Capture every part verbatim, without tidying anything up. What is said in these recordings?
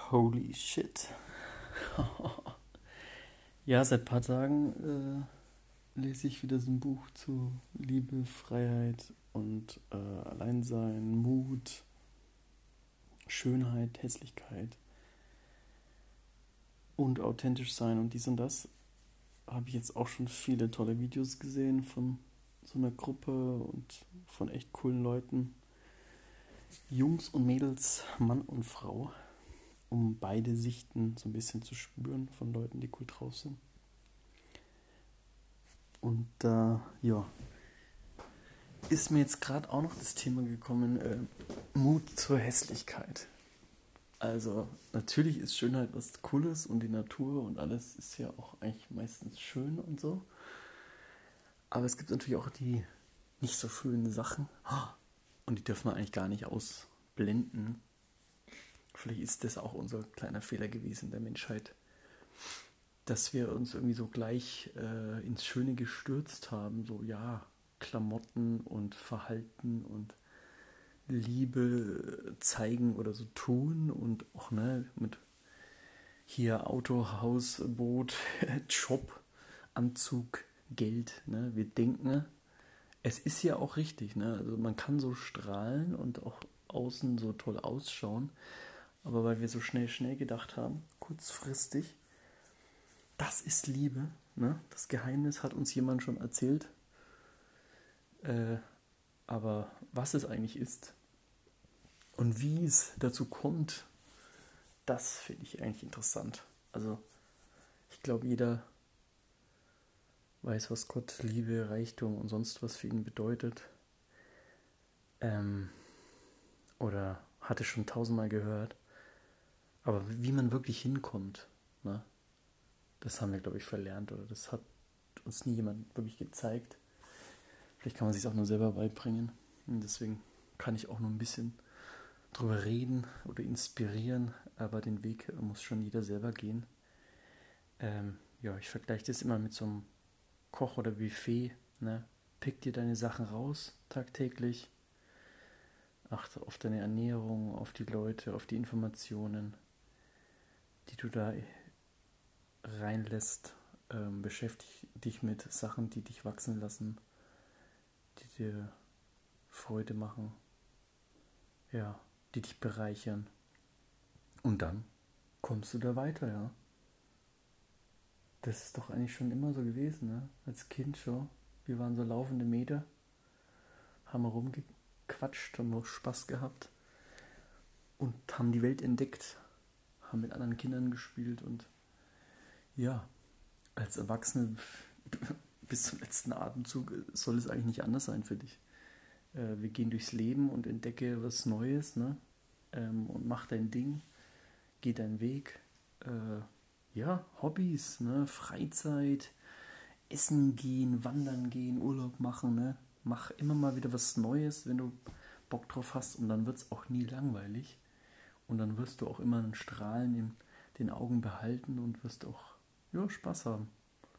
Holy shit. Ja, seit ein paar Tagen äh, lese ich wieder so ein Buch zu Liebe, Freiheit und äh, Alleinsein, Mut, Schönheit, Hässlichkeit und authentisch sein und dies und das. Habe ich jetzt auch schon viele tolle Videos gesehen von so einer Gruppe und von echt coolen Leuten. Jungs und Mädels, Mann und Frau, um beide Sichten so ein bisschen zu spüren von Leuten, die cool drauf sind. Und da, äh, ja, ist mir jetzt gerade auch noch das Thema gekommen, äh, Mut zur Hässlichkeit. Also natürlich ist Schönheit was Cooles und die Natur und alles ist ja auch eigentlich meistens schön und so. Aber es gibt natürlich auch die nicht so schönen Sachen und die dürfen wir eigentlich gar nicht ausblenden. Vielleicht ist das auch unser kleiner Fehler gewesen der Menschheit, dass wir uns irgendwie so gleich äh, ins Schöne gestürzt haben. So, ja, Klamotten und Verhalten und Liebe zeigen oder so tun und auch, ne, mit hier Auto, Haus, Boot, Job, Anzug, Geld, ne, wir denken, es ist ja auch richtig, ne, also man kann so strahlen und auch außen so toll ausschauen, aber weil wir so schnell, schnell gedacht haben, kurzfristig, das ist Liebe, ne, das Geheimnis hat uns jemand schon erzählt, äh, aber was es eigentlich ist und wie es dazu kommt, das finde ich eigentlich interessant. Also ich glaube, jeder weiß, was Gott Liebe, Reichtum und sonst was für ihn bedeutet. Ähm, oder hatte schon tausendmal gehört. Aber wie man wirklich hinkommt, ne, das haben wir, glaube ich, verlernt. Oder das hat uns nie jemand wirklich gezeigt. Vielleicht kann man sich es auch nur selber beibringen. Und deswegen kann ich auch nur ein bisschen drüber reden oder inspirieren. Aber den Weg muss schon jeder selber gehen. Ähm, ja, ich vergleiche das immer mit so einem Koch oder Buffet, ne? Pick dir deine Sachen raus tagtäglich, achte auf deine Ernährung, auf die Leute, auf die Informationen, die du da reinlässt. Ähm, beschäftige dich mit Sachen, die dich wachsen lassen, die dir Freude machen, ja, die dich bereichern. Und dann kommst du da weiter, ja. Das ist doch eigentlich schon immer so gewesen, ne? Als Kind schon. Wir waren so laufende Meter, haben rumgequatscht, haben noch Spaß gehabt und haben die Welt entdeckt, haben mit anderen Kindern gespielt und ja, als Erwachsene bis zum letzten Atemzug soll es eigentlich nicht anders sein für dich. Äh, wir gehen durchs Leben und entdecke was Neues, ne? Ähm, und mach dein Ding, geh deinen Weg. Äh, ja, Hobbys, ne? Freizeit, Essen gehen, wandern gehen, Urlaub machen, ne? Mach immer mal wieder was Neues, wenn du Bock drauf hast und dann wird es auch nie langweilig. Und dann wirst du auch immer ein Strahlen in den Augen behalten und wirst auch, ja, Spaß haben.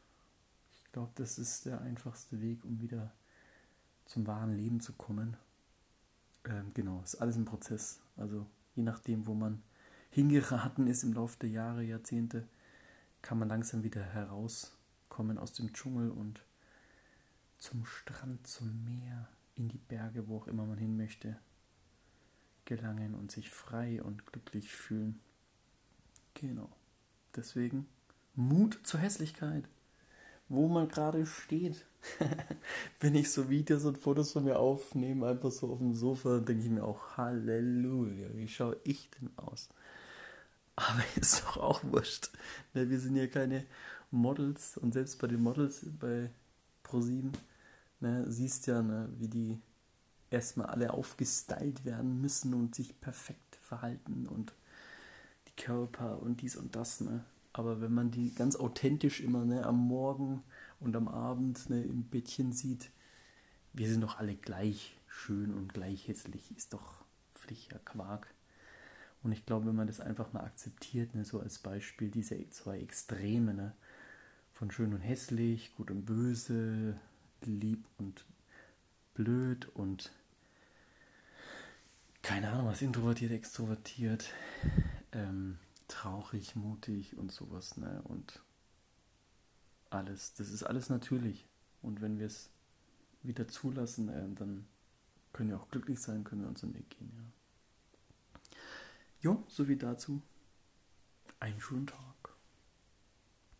Ich glaube, das ist der einfachste Weg, um wieder zum wahren Leben zu kommen. Ähm, genau, ist alles ein Prozess. Also je nachdem, wo man hingeraten ist im Laufe der Jahre, Jahrzehnte, kann man langsam wieder herauskommen aus dem Dschungel und zum Strand, zum Meer, in die Berge, wo auch immer man hin möchte, gelangen und sich frei und glücklich fühlen. Genau. Deswegen Mut zur Hässlichkeit. Wo man gerade steht. Wenn ich so Videos und Fotos von mir aufnehme, einfach so auf dem Sofa, denke ich mir auch, Halleluja, wie schaue ich denn aus? Aber ist doch auch wurscht. Ne, wir sind ja keine Models und selbst bei den Models bei ProSieben, ne, siehst ja, ne, wie die erstmal alle aufgestylt werden müssen und sich perfekt verhalten und die Körper und dies und das, ne? Aber wenn man die ganz authentisch immer, ne, am Morgen und am Abend, ne, im Bettchen sieht, wir sind doch alle gleich schön und gleich hässlich, ist doch völliger Quark. Und ich glaube, wenn man das einfach mal akzeptiert, ne, so als Beispiel diese zwei Extreme, ne, von schön und hässlich, gut und böse, lieb und blöd und keine Ahnung, was introvertiert, extrovertiert, ähm, traurig, mutig und sowas, ne? Und alles, das ist alles natürlich. Und wenn wir es wieder zulassen, äh, dann können wir auch glücklich sein, können wir unseren Weg gehen, ja. Jo, so viel dazu. Einen schönen Tag.